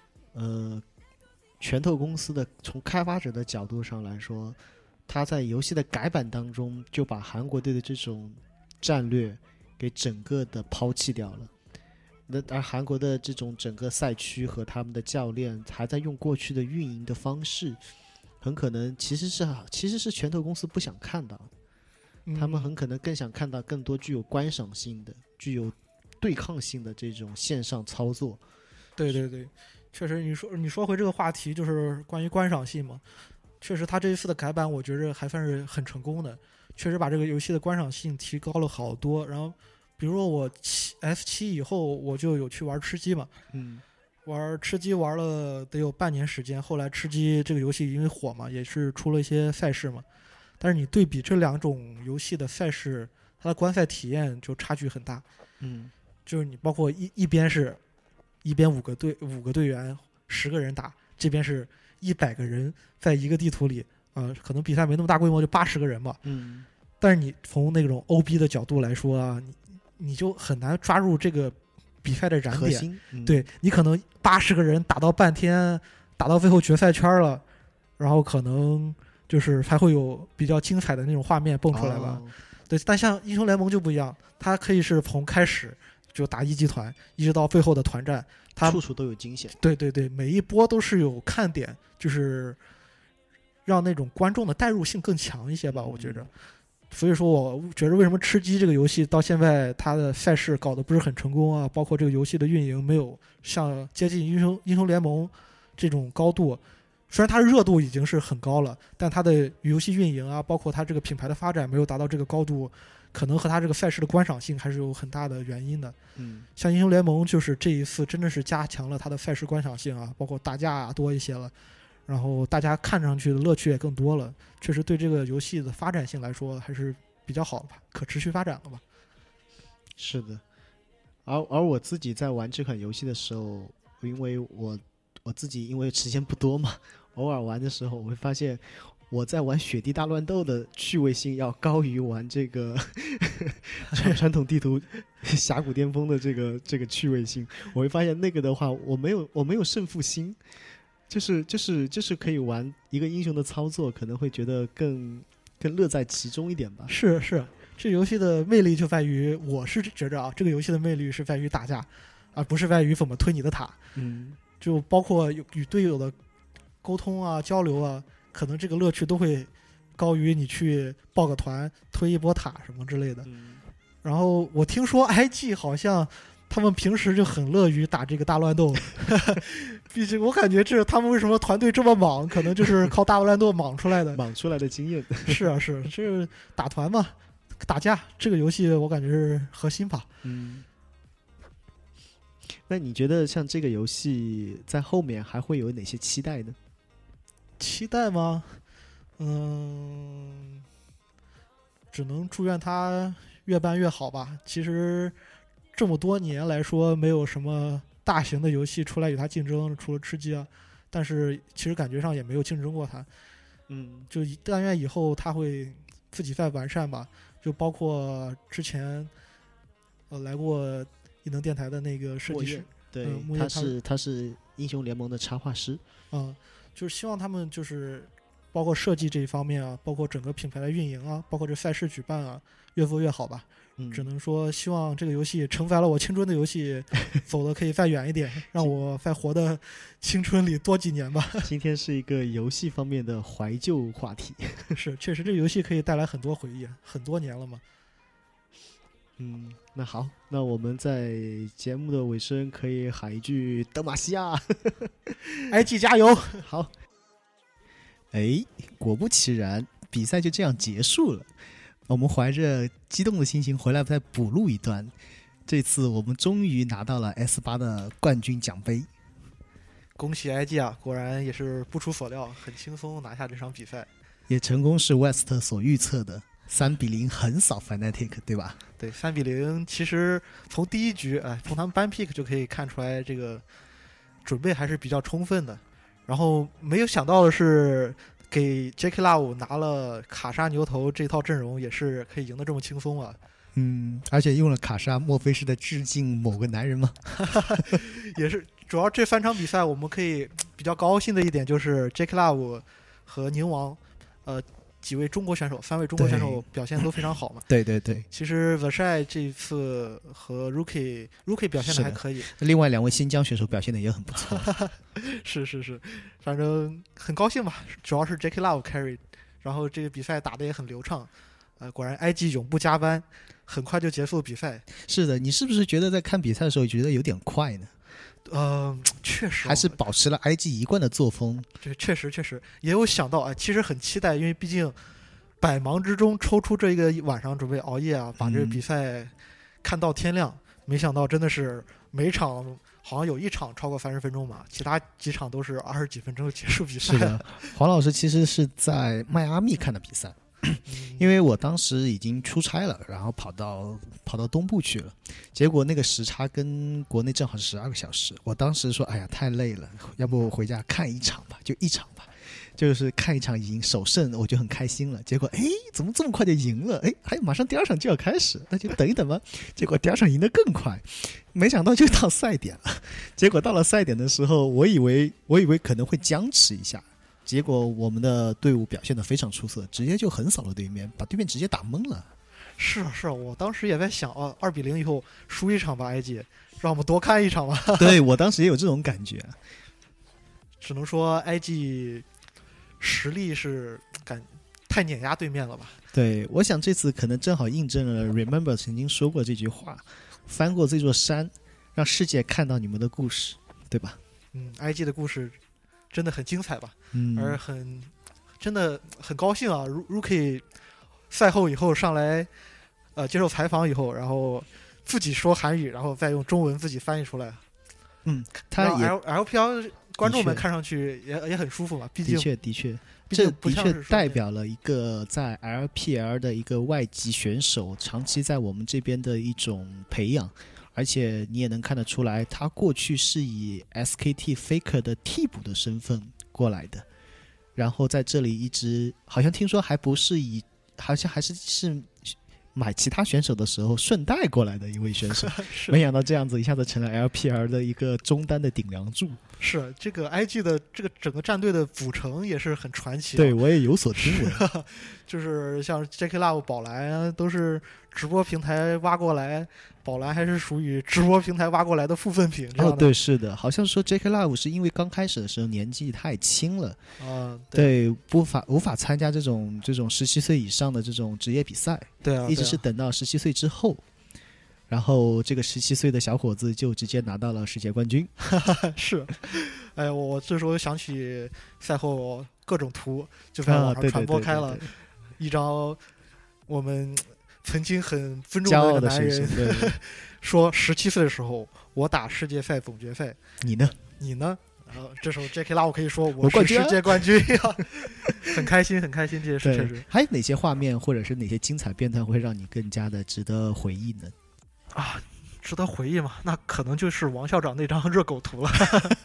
拳头公司的从开发者的角度上来说，他在游戏的改版当中就把韩国队的这种战略给整个的抛弃掉了。而韩国的这种整个赛区和他们的教练还在用过去的运营的方式，很可能其实是拳头公司不想看到的，他们很可能更想看到更多具有观赏性的、具有对抗性的这种线上操作。 对，确实，你说回这个话题，就是关于观赏性嘛。确实，他这一次的改版，我觉得还算是很成功的，确实把这个游戏的观赏性提高了好多。然后，比如说我F7以后，我就有去玩吃鸡嘛，玩吃鸡玩了得有半年时间。后来吃鸡这个游戏因为火嘛，也是出了一些赛事嘛。但是你对比这两种游戏的赛事，它的观赛体验就差距很大。就是你包括一边五个队员10个人打，这边是100个人在一个地图里，可能比赛没那么大规模，就80个人吧。但是你从那种 OB 的角度来说啊，你就很难抓住这个比赛的燃点。对，你可能80个人打到半天，打到最后决赛圈了，然后可能就是还会有比较精彩的那种画面蹦出来吧。对，但像英雄联盟就不一样，它可以是从开始就打一级团，一直到最后的团战，它处处都有惊险。 对，每一波都是有看点，就是让那种观众的代入性更强一些吧，我觉着。所以说我觉得为什么吃鸡这个游戏到现在它的赛事搞得不是很成功啊，包括这个游戏的运营没有像接近英雄联盟这种高度。虽然它热度已经是很高了，但它的游戏运营啊，包括它这个品牌的发展没有达到这个高度，可能和它这个赛事的观赏性还是有很大的原因的。像英雄联盟就是这一次真的是加强了它的赛事观赏性啊，包括打架多一些了，然后大家看上去的乐趣也更多了，确实对这个游戏的发展性来说还是比较好的吧，可持续发展了吧。 是的，而我自己在玩这款游戏的时候，因为我自己因为时间不多嘛，偶尔玩的时候我会发现我在玩雪地大乱斗的趣味性要高于玩这个传统地图峡谷巅峰的这个趣味性。我会发现那个的话，我没有胜负心，就是可以玩一个英雄的操作，可能会觉得更乐在其中一点吧。 是，这游戏的魅力就在于，我是觉着啊，这个游戏的魅力是在于打架，而不是在于怎么推你的塔。就包括与队友的沟通啊、交流啊，可能这个乐趣都会高于你去报个团、推一波塔什么之类的。然后我听说 IG 好像他们平时就很乐于打这个大乱斗，毕竟我感觉这他们为什么团队这么莽，可能就是靠大乱斗莽出来的。 莽出来的经验。 是啊，这打团嘛，打架这个游戏我感觉是核心吧。 那你觉得像这个游戏在后面还会有哪些期待呢？ 期待吗？只能祝愿它越办越好吧。其实这么多年来说，没有什么大型的游戏出来与它竞争，除了吃鸡啊，但是其实感觉上也没有竞争过它。就但愿以后它会自己再完善吧。就包括之前来过异能电台的那个设计师， 对， 木叶他是英雄联盟的插画师。 就是希望他们就是包括设计这一方面啊，包括整个品牌的运营啊，包括这赛事举办啊，越做越好吧。只能说希望这个游戏承载了我青春的游戏走得可以再远一点，让我再活的青春里多几年吧。 今天是一个游戏方面的怀旧话题。 是，确实这个游戏可以带来很多回忆，很多年了嘛。 那好，那我们在节目的尾声可以喊一句德玛西亚 ，IG 加油！ 好，果不其然，比赛就这样结束了。我们怀着激动的心情回来再补录一段。这次我们终于拿到了 S8 的冠军奖杯， 恭喜 IG 啊！果然也是不出所料，很轻松拿下这场比赛， 也成功是 West 所预测的3-0横扫 Fnatic， 对吧？ 对，3-0。其实从第一局，从他们ban pick 就可以看出来，这个准备还是比较充分的。然后没有想到的是，给 J.K. Love 拿了卡莎牛头这套阵容，也是可以赢得这么轻松啊。 而且用了卡莎，莫非是在致敬某个男人吗？ 也是，主要这3场比赛我们可以比较高兴的一点就是 J.K. Love 和宁王，几位中国选手，3位中国选手表现都非常好嘛。 对， 其实 Versailles 这一次和 Rookie 表现的还可以， 另外2位新疆选手表现的也很不错。 是，反正很高兴吧。主要是 J.K. Love carry， 然后这个比赛打得也很流畅。果然 IG 永不加班，很快就结束比赛。 是的，你是不是觉得在看比赛的时候觉得有点快呢？ 确实， 还是保持了 IG 一贯的作风。 这确实也有想到，其实很期待，因为毕竟百忙之中抽出这一个晚上准备熬夜啊，把这个比赛看到天亮。没想到真的是每场好像有1场超过30分钟吧，其他几场都是20几分钟就结束比赛。 是的，黄老师其实是在迈阿密看的比赛。因为我当时已经出差了，然后跑到东部去了，结果那个时差跟国内正好是12个小时。我当时说哎呀太累了，要不我回家看一场吧，就1场吧，就是看一场赢首胜我就很开心了。结果怎么这么快就赢了？还马上第2场就要开始，那就等一等吧。结果第2场赢得更快，没想到就到赛点了。结果到了赛点的时候，我以为可能会僵持一下，结果我们的队伍表现得非常出色，直接就横扫了对面，把对面直接打懵了。 是，我当时也在想2-0以后输1场吧 IG， 让我们多看1场吧。 对，我当时也有这种感觉。 只能说 IG 实力是太碾压对面了吧。 对，我想这次可能正好印证了 Remember 曾经说过这句话，翻过这座山，让世界看到你们的故事，对吧 ？IG 的故事真的很精彩吧，而真的很高兴啊 ！Rookie 赛后以后上来，接受采访以后，然后自己说韩语，然后再用中文自己翻译出来。 他也 LPL 观众们看上去也很舒服嘛，毕竟的确，这的确代表了一个在 LPL 的一个外籍选手长期在我们这边的一种培养。而且你也能看得出来，他过去是以 SKT Faker 的替补的身份过来的， 然后在这里一直好像听说还不是好像是买其他选手的时候顺带过来的一位选手，没想到这样子一下子成了 LPL 的一个中单的顶梁柱。 是这个 IG 的这个整个战队的组成也是很传奇、 对，我也有所听闻。 就是像 JK Love、宝蓝都是直播平台挖过来，宝蓝还是属于直播平台挖过来的副赠品。 哦，对，是的，好像说 JK Love 是因为刚开始的时候年纪太轻了，对，无法参加这种17岁以上的这种职业比赛， 对啊， 一直是等到17岁之后。然后这个17岁的小伙子就直接拿到了世界冠军。 是，哎，我这时候想起赛后各种图就在网上传播开了，一张我们曾经很尊重的一个男人说17岁的时候我打世界赛总决赛，你呢？然后这时候 JK 拉我可以说我是世界冠军呀，很开心很开心，这些事确实。 还有哪些画面或者是哪些精彩片段会让你更加的值得回忆呢？ 啊，值得回忆嘛？那可能就是王校长那张热狗图了。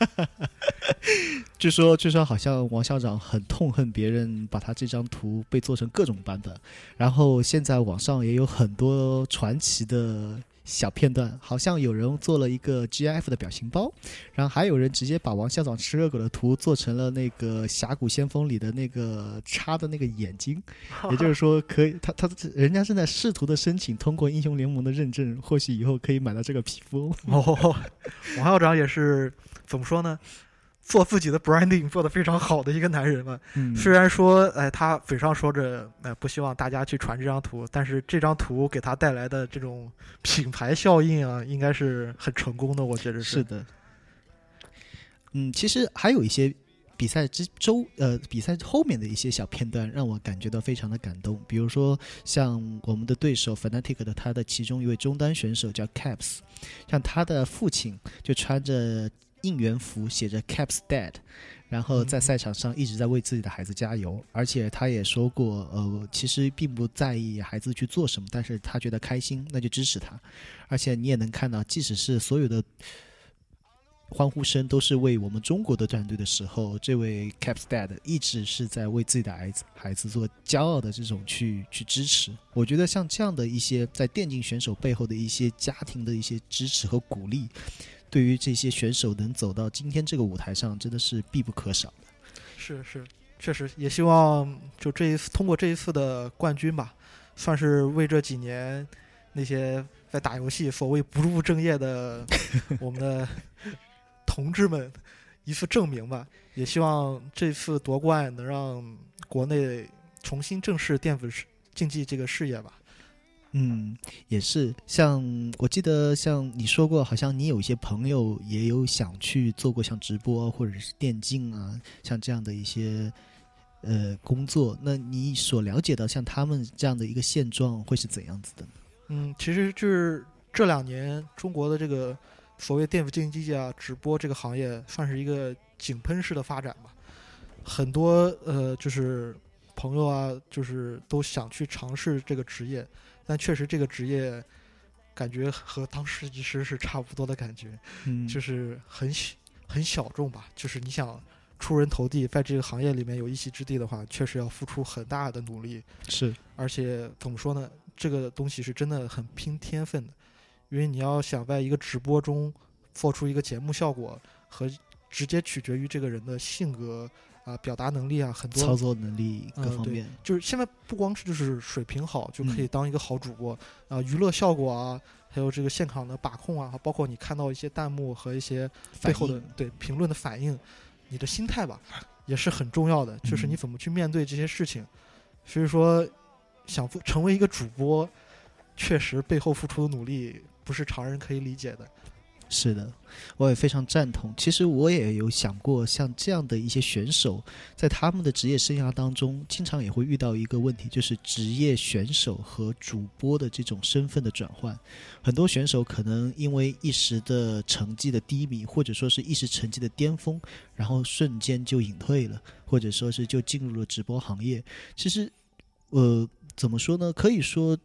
据说好像王校长很痛恨别人把他这张图被做成各种版本，然后现在网上也有很多传奇的小片段，好像有人做了一个 GIF 的表情包，然后还有人直接把王校长吃热狗的图做成了那个峡谷先锋里的那个插的那个眼睛，也就是说可以人家正在试图的申请通过英雄联盟的认证，或许以后可以买到这个皮肤哦。王校长也是怎么说呢，做自己的 branding 做得非常好的一个男人嘛。虽然说他嘴上说着不希望大家去传这张图，但是这张图给他带来的这种品牌效应啊，应该是很成功的，我觉得是的。其实还有一些比赛比赛后面的一些小片段让我感觉到非常的感动，比如说像我们的对手 Fnatic 的他的其中一位中单选手叫 Caps， 像他的父亲就穿着应援服写着 Caps Dad， 然后在赛场上一直在为自己的孩子加油，而且他也说过其实并不在意孩子去做什么，但是他觉得开心那就支持他。而且你也能看到，即使是所有的欢呼声都是为我们中国的战队的时候，这位 Caps Dad 一直是在为自己的孩子做骄傲的这种去支持。我觉得像这样的一些在电竞选手背后的一些家庭的一些支持和鼓励，对于这些选手能走到今天这个舞台上真的是必不可少的。 是，确实也希望就通过这一次的冠军吧，算是为这几年那些在打游戏所谓不务正业的我们的同志们一次证明吧。也希望这次夺冠能让国内重新正视电子竞技这个事业吧。 也是，像我记得像你说过，好像你有一些朋友也有想去做过像直播或者是电竞啊，像这样的一些工作，那你所了解到像他们这样的一个现状会是怎样子的呢？ 其实就是这2年中国的这个所谓电子竞技啊直播这个行业算是一个井喷式的发展吧，很多就是朋友啊就是都想去尝试这个职业，但确实这个职业感觉和当设计师是差不多的感觉，就是很小众吧，就是你想出人头地，在这个行业里面有一席之地的话，确实要付出很大的努力。 是， 而且怎么说呢，这个东西是真的很拼天分的，因为你要想在一个直播中做出一个节目效果，和直接取决于这个人的性格啊、表达能力啊，很多操作能力各方面， 就是现在不光是就是水平好就可以当一个好主播啊，娱乐效果啊，还有这个现场的把控啊，包括你看到一些弹幕和一些背后的对评论的反应，你的心态吧也是很重要的，就是你怎么去面对这些事情。所以说想成为一个主播，确实背后付出的努力不是常人可以理解的。 是的，我也非常赞同。其实我也有想过，像这样的一些选手，在他们的职业生涯当中，经常也会遇到一个问题，就是职业选手和主播的这种身份的转换。很多选手可能因为一时的成绩的低迷，或者说是一时成绩的巅峰，然后瞬间就隐退了，或者说是就进入了直播行业。其实怎么说呢，可以说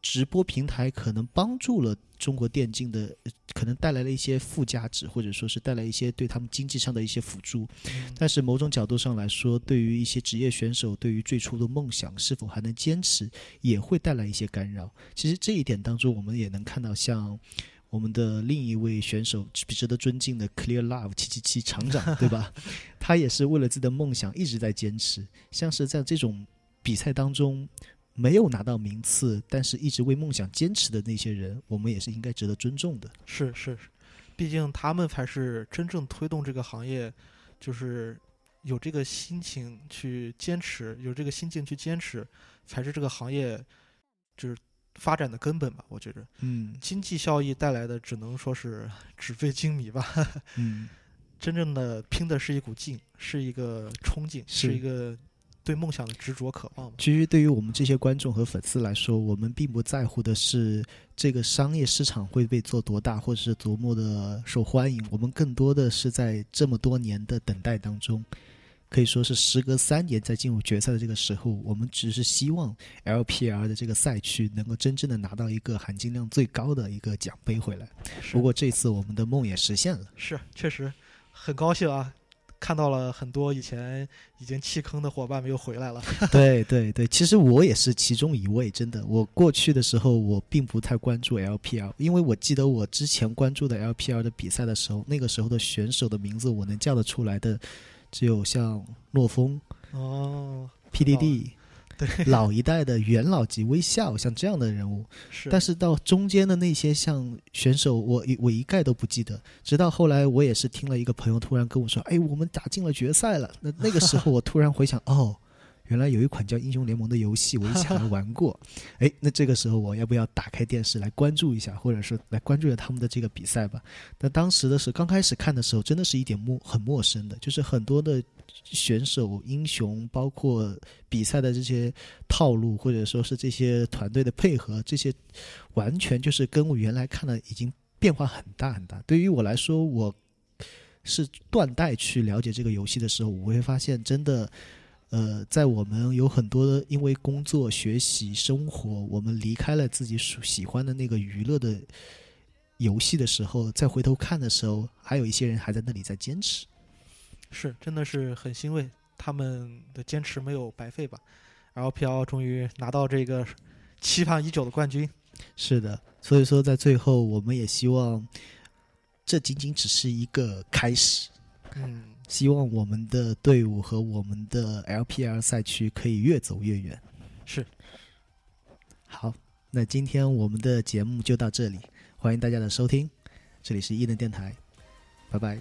直播平台可能帮助了中国电竞的，可能带来了一些附加值，或者说是带来一些对他们经济上的一些辅助。但是某种角度上来说，对于一些职业选手，对于最初的梦想是否还能坚持，也会带来一些干扰。其实这一点当中，我们也能看到像我们的另一位选手值得尊敬的 Clear Love 777厂长，对吧？他也是为了自己的梦想一直在坚持。像是在这种比赛当中没有拿到名次，但是一直为梦想坚持的那些人，我们也是应该值得尊重的。 是，毕竟他们才是真正推动这个行业，就是有这个心情去坚持，有这个心境去坚持，才是这个行业就是发展的根本吧。我觉着，经济效益带来的只能说是纸醉金迷吧。真正的拼的是一股劲，是一个冲劲，是一个对梦想的执着渴望。 其实对于我们这些观众和粉丝来说，我们并不在乎的是这个商业市场会被做多大，或者是多么的受欢迎。我们更多的是在这么多年的等待当中，可以说是时隔3年在进入决赛的这个时候，我们只是希望 LPL 的这个赛区能够真正的拿到一个含金量最高的一个奖杯回来。不过这次我们的梦也实现了。 是，确实很高兴啊，看到了很多以前已经弃坑的伙伴们又回来了。 对对对，其实我也是其中一位。真的，我过去的时候我并不太关注 LPL， 因为我记得我之前关注的 LPL 的比赛的时候，那个时候的选手的名字我能叫得出来的只有像诺风、PDD， 对， 老一代的元老级微笑，像这样的人物。但是到中间的那些像选手，我一概都不记得。直到后来，我也是听了一个朋友突然跟我说：“哎，我们打进了决赛了。”那个时候，我突然回想，哦，原来有一款叫《英雄联盟》的游戏，我以前还玩过。哎，那这个时候我要不要打开电视来关注一下，或者是来关注一下他们的这个比赛吧？那当时的是刚开始看的时候，真的是一点很陌生的，就是很多的选手、英雄，包括比赛的这些套路，或者说是这些团队的配合，这些完全就是跟我原来看的已经变化很大很大。对于我来说，我是断代去了解这个游戏的时候，我会发现真的。在我们有很多的因为工作、学习、生活，我们离开了自己喜欢的那个娱乐的游戏的时候，再回头看的时候，还有一些人还在那里在坚持。 是，真的是很欣慰，他们的坚持没有白费吧。LPL 终于拿到这个期盼已久的冠军。 是的，所以说在最后，我们也希望这仅仅只是一个开始。希望我们的队伍和我们的 LPL 赛区可以越走越远。 是。 好，那今天我们的节目就到这里，欢迎大家的收听，这里是异能电台，拜拜。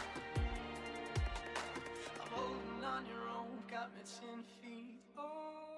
I'm holding on your own, got me 10 feet. Oh.